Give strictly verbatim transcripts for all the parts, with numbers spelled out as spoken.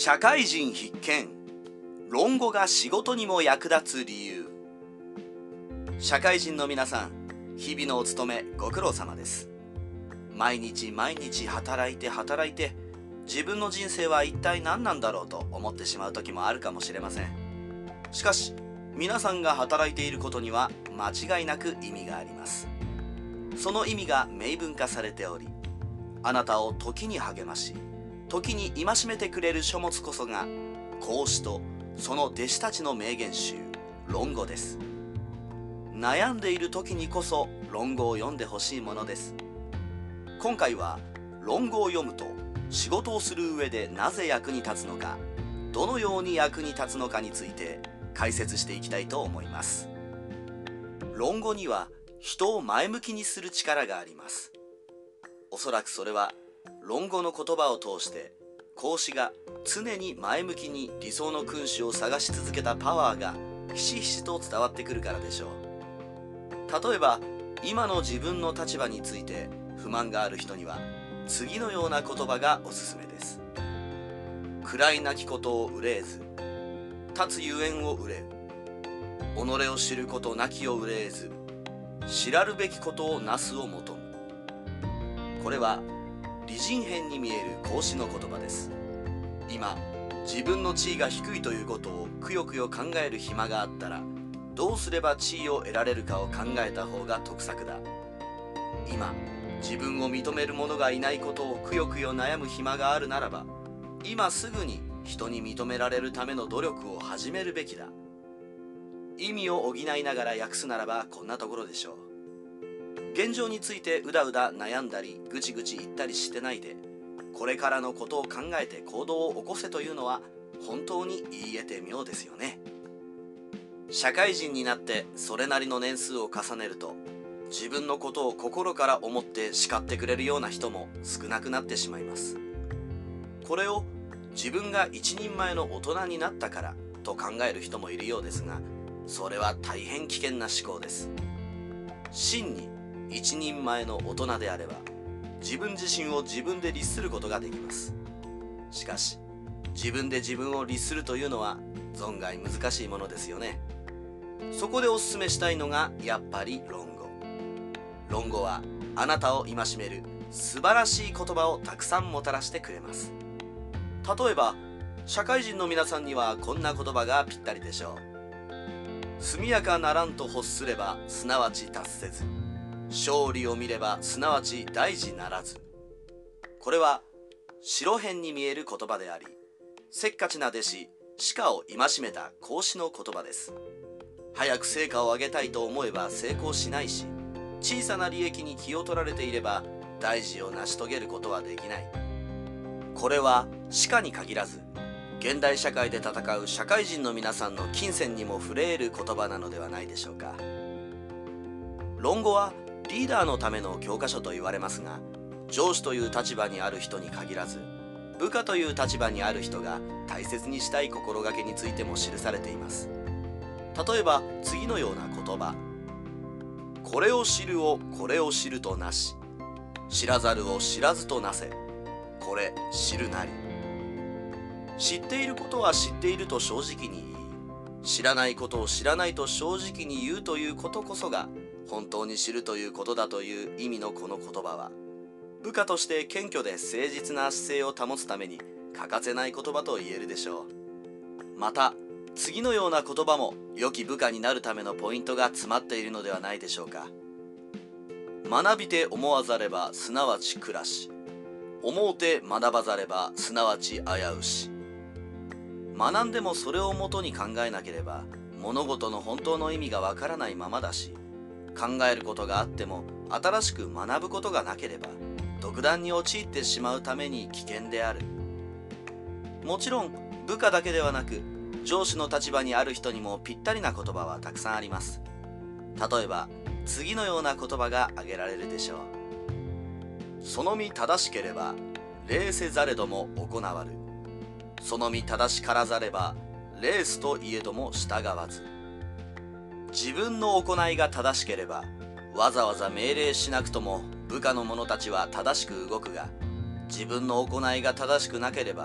社会人必見。論語が仕事にも役立つ理由。社会人の皆さん、日々のお勤めご苦労様です。毎日毎日働いて働いて、自分の人生は一体何なんだろうと思ってしまう時もあるかもしれません。しかし、皆さんが働いていることには間違いなく意味があります。その意味が明文化されており、あなたを時に励まし、時に戒めてくれる書物こそが孔子とその弟子たちの名言集論語です。悩んでいる時にこそ論語を読んでほしいものです。今回は論語を読むと仕事をする上でなぜ役に立つのか、どのように役に立つのかについて解説していきたいと思います。論語には人を前向きにする力があります。おそらくそれは論語の言葉を通して孔子が常に前向きに理想の君主を探し続けたパワーがひしひしと伝わってくるからでしょう。例えば今の自分の立場について不満がある人には次のような言葉がおすすめです。暗いなきことを憂えず、立つゆえんを憂う。己を知ることなきを憂えず、知らるべきことをなすを求む。これは理人編に見える孔子の言葉です。今自分の地位が低いということをくよくよ考える暇があったら、どうすれば地位を得られるかを考えた方が得策だ。今自分を認める者がいないことをくよくよ悩む暇があるならば、今すぐに人に認められるための努力を始めるべきだ。意味を補いながら訳すならばこんなところでしょう。現状についてうだうだ悩んだりぐちぐち言ったりしてないで、これからのことを考えて行動を起こせというのは本当に言い得て妙ですよね。社会人になってそれなりの年数を重ねると、自分のことを心から思って叱ってくれるような人も少なくなってしまいます。これを自分が一人前の大人になったからと考える人もいるようですが、それは大変危険な思考です。真に一人前の大人であれば、自分自身を自分で律することができます。しかし自分で自分を律するというのは存外難しいものですよね。そこでお勧めしたいのがやっぱり論語。論語はあなたを戒める素晴らしい言葉をたくさんもたらしてくれます。例えば社会人の皆さんにはこんな言葉がぴったりでしょう。速やかならんと欲すればすなわち達せず、勝利を見ればすなわち大事ならず。これは白編に見える言葉であり、せっかちな弟子鹿を戒めた孔子の言葉です。早く成果を上げたいと思えば成功しないし、小さな利益に気を取られていれば大事を成し遂げることはできない。これは鹿に限らず現代社会で戦う社会人の皆さんの金銭にも触れる言葉なのではないでしょうか。論語はリーダーのための教科書と言われますが、上司という立場にある人に限らず部下という立場にある人が大切にしたい心がけについても記されています。例えば次のような言葉。これを知るをこれを知るとなし、知らざるを知らずとなせ、これ知るなり。知っていることは知っていると正直に言い、知らないことを知らないと正直に言うということこそが本当に知るということだという意味のこの言葉は、部下として謙虚で誠実な姿勢を保つために欠かせない言葉と言えるでしょう。また次のような言葉も良き部下になるためのポイントが詰まっているのではないでしょうか。学びて思わざればすなわち暮らし、思うて学ばざればすなわち危うし。学んでもそれをもとに考えなければ物事の本当の意味がわからないままだし、考えることがあっても新しく学ぶことがなければ独断に陥ってしまうために危険である。もちろん部下だけではなく上司の立場にある人にもぴったりな言葉はたくさんあります。例えば次のような言葉が挙げられるでしょう。その身正しければ礼せざれども行わる。その身正しからざれば礼すといえども従わず。自分の行いが正しければわざわざ命令しなくとも部下の者たちは正しく動くが、自分の行いが正しくなければ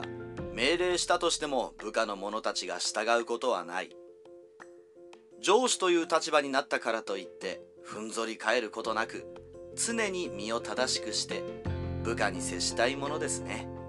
命令したとしても部下の者たちが従うことはない。上司という立場になったからといってふんぞり返ることなく、常に身を正しくして部下に接したいものですね。